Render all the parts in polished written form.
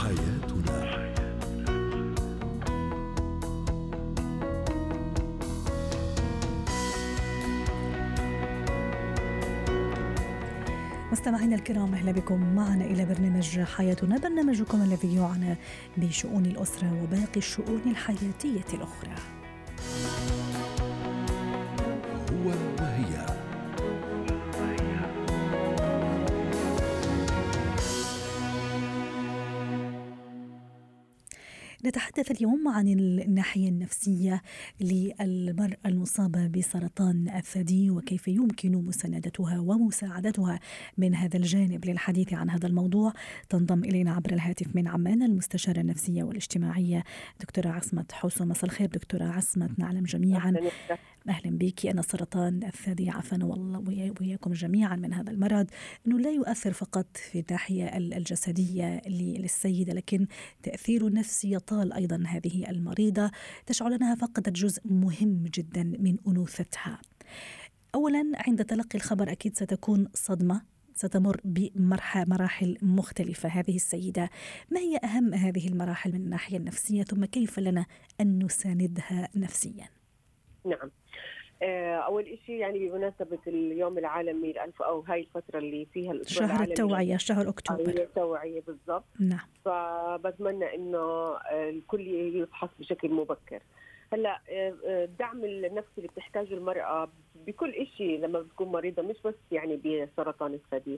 حياتنا. مستمعينا الكرام، أهلا بكم معنا إلى برنامج حياتنا، برنامجكم الذي يعنى بشؤون الأسرة وباقي الشؤون الحياتية الأخرى. هو وهي. نتحدث اليوم عن الناحية النفسية للمرأة المصابة بسرطان الثدي وكيف يمكن مساندتها ومساعدتها من هذا الجانب. للحديث عن هذا الموضوع تنضم إلينا عبر الهاتف من عمان المستشارة النفسية والاجتماعية دكتورة عصمت حوسو. مساء الخير دكتورة عصمت. نعلم جميعا، أهلا بك، أن سرطان الثدي عافانا والله وإياكم جميعا من هذا المرض أنه لا يؤثر فقط في الناحية الجسدية للسيدة، لكن تأثير نفسي يطال أيضا هذه المريضة، تشعر أنها فقدت جزء مهم جدا من أنوثتها. أولا، عند تلقي الخبر أكيد ستكون صدمة، ستمر بمراحل مختلفة هذه السيدة. ما هي أهم هذه المراحل من الناحية النفسية، ثم كيف لنا أن نساندها نفسيا؟ نعم، أول إشي يعني بمناسبة اليوم العالمي أو هاي الفترة اللي فيها شهر التوعية، شهر أكتوبر التوعية بالضبط. نعم، فبتمنى إنه الكل يفحص بشكل مبكر. هلا الدعم النفسي اللي بتحتاجه المرأة بكل إشي لما بتكون مريضة، مش بس يعني بسرطان الثدي،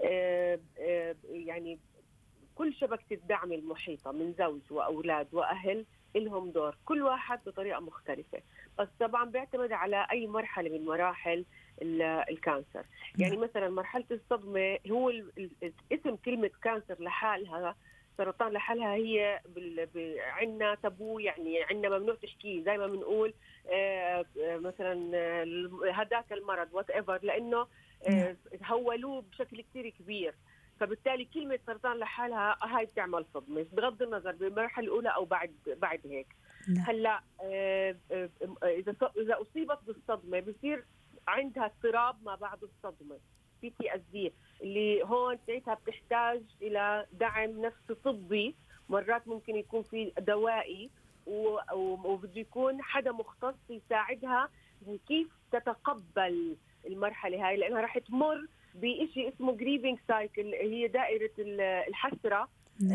يعني كل شبكة الدعم المحيطة من زوج وأولاد وأهل لهم دور، كل واحد بطريقة مختلفة، بس طبعا بيعتمد على أي مرحلة من مراحل الكانسر. يعني مثلا مرحلة الصدمة، هو اسم كلمة كانسر لحالها، سرطان لحالها، هي عنا تابو، يعني عنا ممنوع تحكيه، زي ما بنقول مثلا هداك المرض whatever، لأنه هولوه بشكل كتير كبير، فبالتالي كلمة سرطان لحالها هاي بتعمل صدمة بغض النظر بالمرحلة الأولى أو بعد هيك. هلا إذا أصيبت بالصدمة بصير عندها اضطراب ما بعد الصدمة، PTSD، اللي هون ساعتها بتحتاج إلى دعم نفسي طبي، مرات ممكن يكون في دوائي، وبده يكون حدا مختص يساعدها كيف تتقبل المرحلة هاي، لأنها راح تمر بإشي اسمه grieving cycle، هي دائرة الحسرة،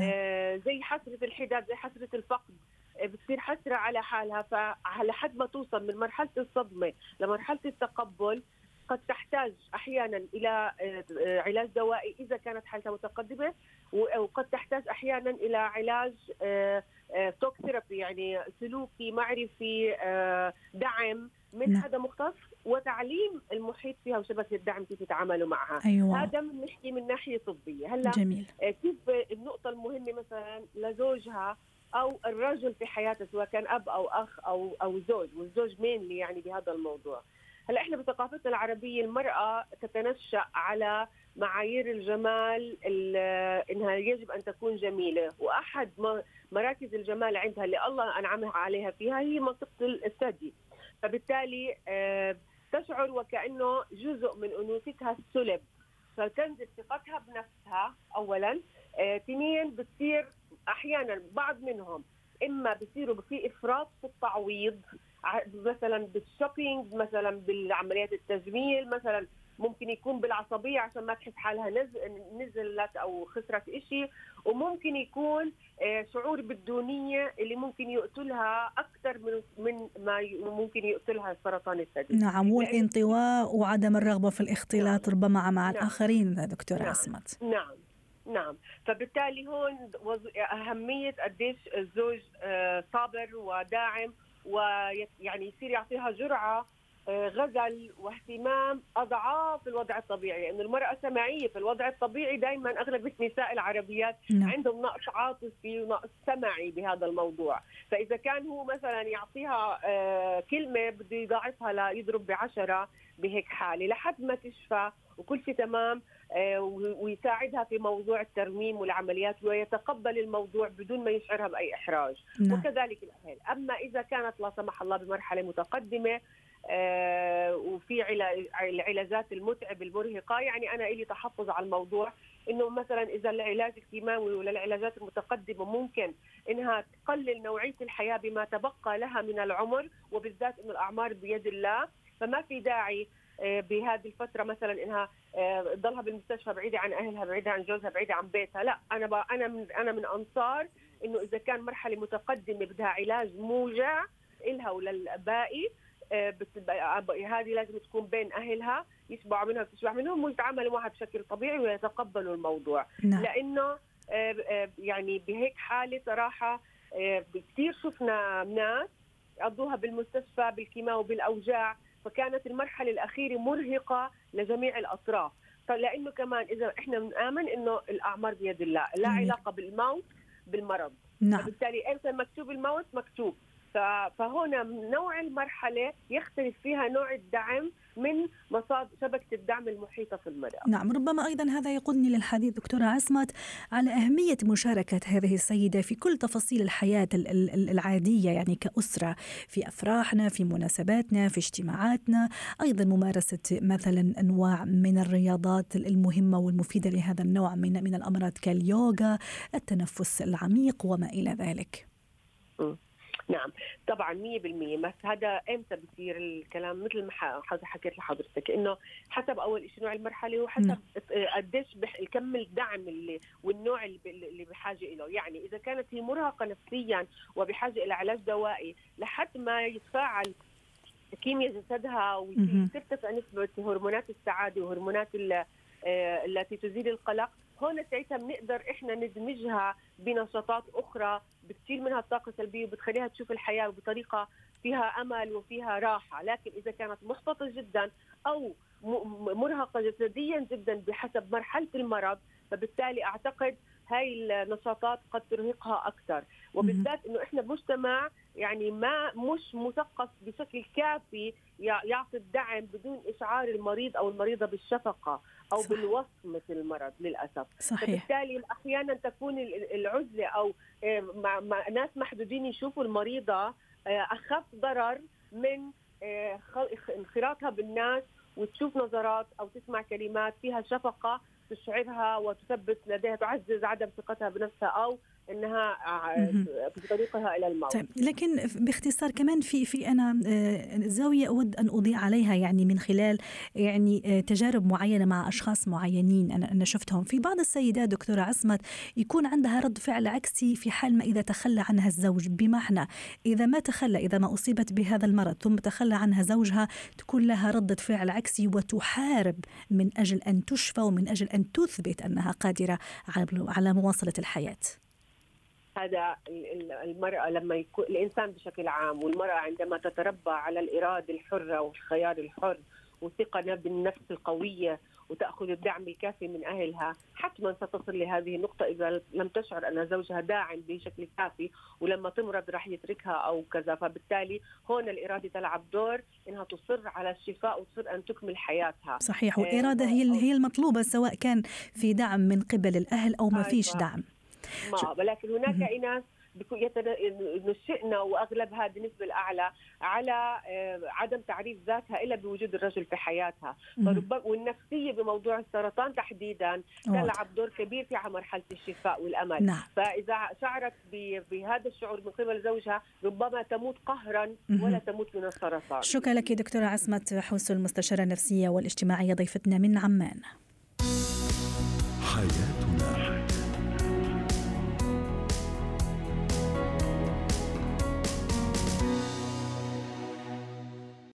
زي حسرة الحداد، زي حسرة الفقد، بتصير حسرة على حالها. فلحد ما توصل من مرحلة الصدمة لمرحلة التقبل قد تحتاج أحيانا إلى علاج دوائي إذا كانت حالتها متقدمة، وقد تحتاج أحيانا إلى علاج توك ثيرابي، يعني سلوكي معرفي، دعم من حدا مختص، وتعليم المحيط فيها وشبكة الدعم كيف يتعاملوا معها. أيوة. هذا من نحكي من ناحية طبية. هلا جميل. كيف النقطة المهمة مثلا لزوجها أو الرجل في حياته، سواء كان أب أو أخ أو زوج، والزوج مين يعني بهذا الموضوع. هلا إحنا بثقافتنا العربية المرأة تتنشأ على معايير الجمال، إنها يجب أن تكون جميلة، وأحد مراكز الجمال عندها اللي الله أنعمها عليها فيها هي منطقة الثدي. فبالتالي تشعر وكأنه جزء من أنوثتها السلب، فتنزل ثقتها بنفسها أولا. ثانيا بتصير أحيانا بعض منهم إما بصيروا في إفراط في التعويض، مثلا بالشوبينج، مثلا بالعمليات التجميل، مثلا ممكن يكون بالعصبية عشان ما تحس حالها نزلت أو خسرت إشي، وممكن يكون شعور بالدونية اللي ممكن يقتلها أكثر من ما ممكن يقتلها سرطان الثدي. نعم، والانطواء وعدم الرغبة في الاختلاط ربما مع الآخرين دكتورة عصمت. نعم. فبالتالي هون أهمية قديش الزوج صابر وداعم، ويعني يصير يعطيها جرعة غزل واهتمام أضعاف الوضع الطبيعي، لأن المرأة سمعية في الوضع الطبيعي. دايما أغلب النساء العربيات عندهم نقص عاطفي ونقص سمعي بهذا الموضوع. فإذا كان هو مثلا يعطيها كلمة بده يضاعفها ليضرب ب10 بهيك حالة لحد ما تشفى وكل شيء تمام، ويساعدها في موضوع الترميم والعمليات، ويتقبل الموضوع بدون ما يشعرها بأي إحراج. وكذلك الأهل. أما إذا كانت لا سمح الله بمرحلة متقدمة وفي العلاجات المتعبة المرهقة، يعني أنا إلي تحفظ على الموضوع، إنه مثلا إذا العلاج الكيماوي ولا العلاجات المتقدمة ممكن إنها تقلل نوعية الحياة بما تبقى لها من العمر، وبالذات إنه الأعمار بيد الله، فما في داعي بهذه الفترة مثلا إنها تضلها بالمستشفى بعيدة عن أهلها، بعيدة عن جوزها، بعيدة عن بيتها. لا، أنا من أنصار إنه إذا كان مرحلة متقدمة بدها علاج موجع إلها وللباقي، هذه لازم تكون بين أهلها، يشبعوا منها وتشبع منهم ويتعاملوا معها بشكل طبيعي ويتقبلوا الموضوع. نعم. لأنه يعني بهيك حالة صراحة كثير شفنا ناس قضوها بالمستشفى بالكيماوي وبالأوجاع، فكانت المرحلة الأخيرة مرهقة لجميع الأطراف. لأنه كمان إذا إحنا بنآمن إنه الأعمار بيد الله، لا علاقة بالموت بالمرض. نعم. فبالتالي إمتى مكتوب الموت مكتوب، فهنا نوع المرحلة يختلف فيها نوع الدعم من مصادر شبكة الدعم المحيطة في المرأة. نعم، ربما أيضا هذا يقودني للحديث دكتورة عصمت على أهمية مشاركة هذه السيدة في كل تفاصيل الحياة العادية، يعني كأسرة، في أفراحنا، في مناسباتنا، في اجتماعاتنا، أيضا ممارسة مثلا أنواع من الرياضات المهمة والمفيدة لهذا النوع من الأمراض كاليوغا، التنفس العميق وما إلى ذلك. نعم طبعا 100%. بس هذا امتى بصير الكلام مثل ما حكيت لحضرتك، انه حسب اول شيء نوع المرحله وحسب قديش كم الدعم والنوع اللي بحاجه له. يعني اذا كانت هي مرهقه نفسيا وبحاجه الى علاج دوائي لحد ما يتفاعل كيمياء جسدها وترتفع نسبه هرمونات السعاده وهرمونات التي تزيل القلق، هون ساعتها بنقدر احنا ندمجها بنشاطات اخرى بتشيل منها الطاقه السلبيه وبتخليها تشوف الحياه بطريقه فيها امل وفيها راحه. لكن اذا كانت محبطه جدا او مرهقه جسديا جدا بحسب مرحله المرض، فبالتالي اعتقد هاي النشاطات قد ترهقها اكثر. وبالذات انه احنا بمجتمع يعني مش مثقف بشكل كافي يعطي الدعم بدون اشعار المريض او المريضه بالشفقه او صح. بالوصف مثل المرض للاسف. صحيح. فبالتالي احيانا تكون العزله او مع ناس محدودين يشوفوا المريضه اخف ضرر من انخراطها بالناس وتشوف نظرات او تسمع كلمات فيها شفقه تشعرها وتثبت لديها، تعزز عدم ثقتها بنفسها او انها في طريقها الى الموت. طيب، لكن باختصار كمان في انا زاويه اود ان اضيء عليها، يعني من خلال يعني تجارب معينه مع اشخاص معينين انا شفتهم. في بعض السيدات دكتوره عصمت يكون عندها رد فعل عكسي في حال ما اذا تخلى عنها الزوج، بمعنى اذا ما اصيبت بهذا المرض ثم تخلى عنها زوجها تكون لها ردة فعل عكسي وتحارب من اجل ان تشفى ومن اجل ان تثبت انها قادره على مواصله الحياه. هذا المرأة لما يكون الإنسان بشكل عام والمرأة عندما تتربى على الإرادة الحرة والخيار الحر وثقة بالنفس القوية وتأخذ الدعم الكافي من أهلها، حتما ستصل لهذه النقطة إذا لم تشعر أن زوجها داعم بشكل كافي، ولما تمرض راح يتركها أو كذا. فبالتالي هون الإرادة تلعب دور إنها تصر على الشفاء وتصر أن تكمل حياتها. صحيح، والإرادة هي المطلوبة سواء كان في دعم من قبل الأهل أو ما فيش دعم. ولكن هناك إناث نشئنا واغلب هذه النسبه الاعلى على عدم تعريف ذاتها الا بوجود الرجل في حياتها. والنفسيه بموضوع السرطان تحديدا تلعب دور كبير في مرحله الشفاء والامل. نعم. فاذا شعرت بهذا الشعور من قبل زوجها ربما تموت قهرا ولا تموت من السرطان. شكرا لك دكتوره عصمت حوسو، المستشاره النفسيه والاجتماعيه، ضيفتنا من عمان. حياة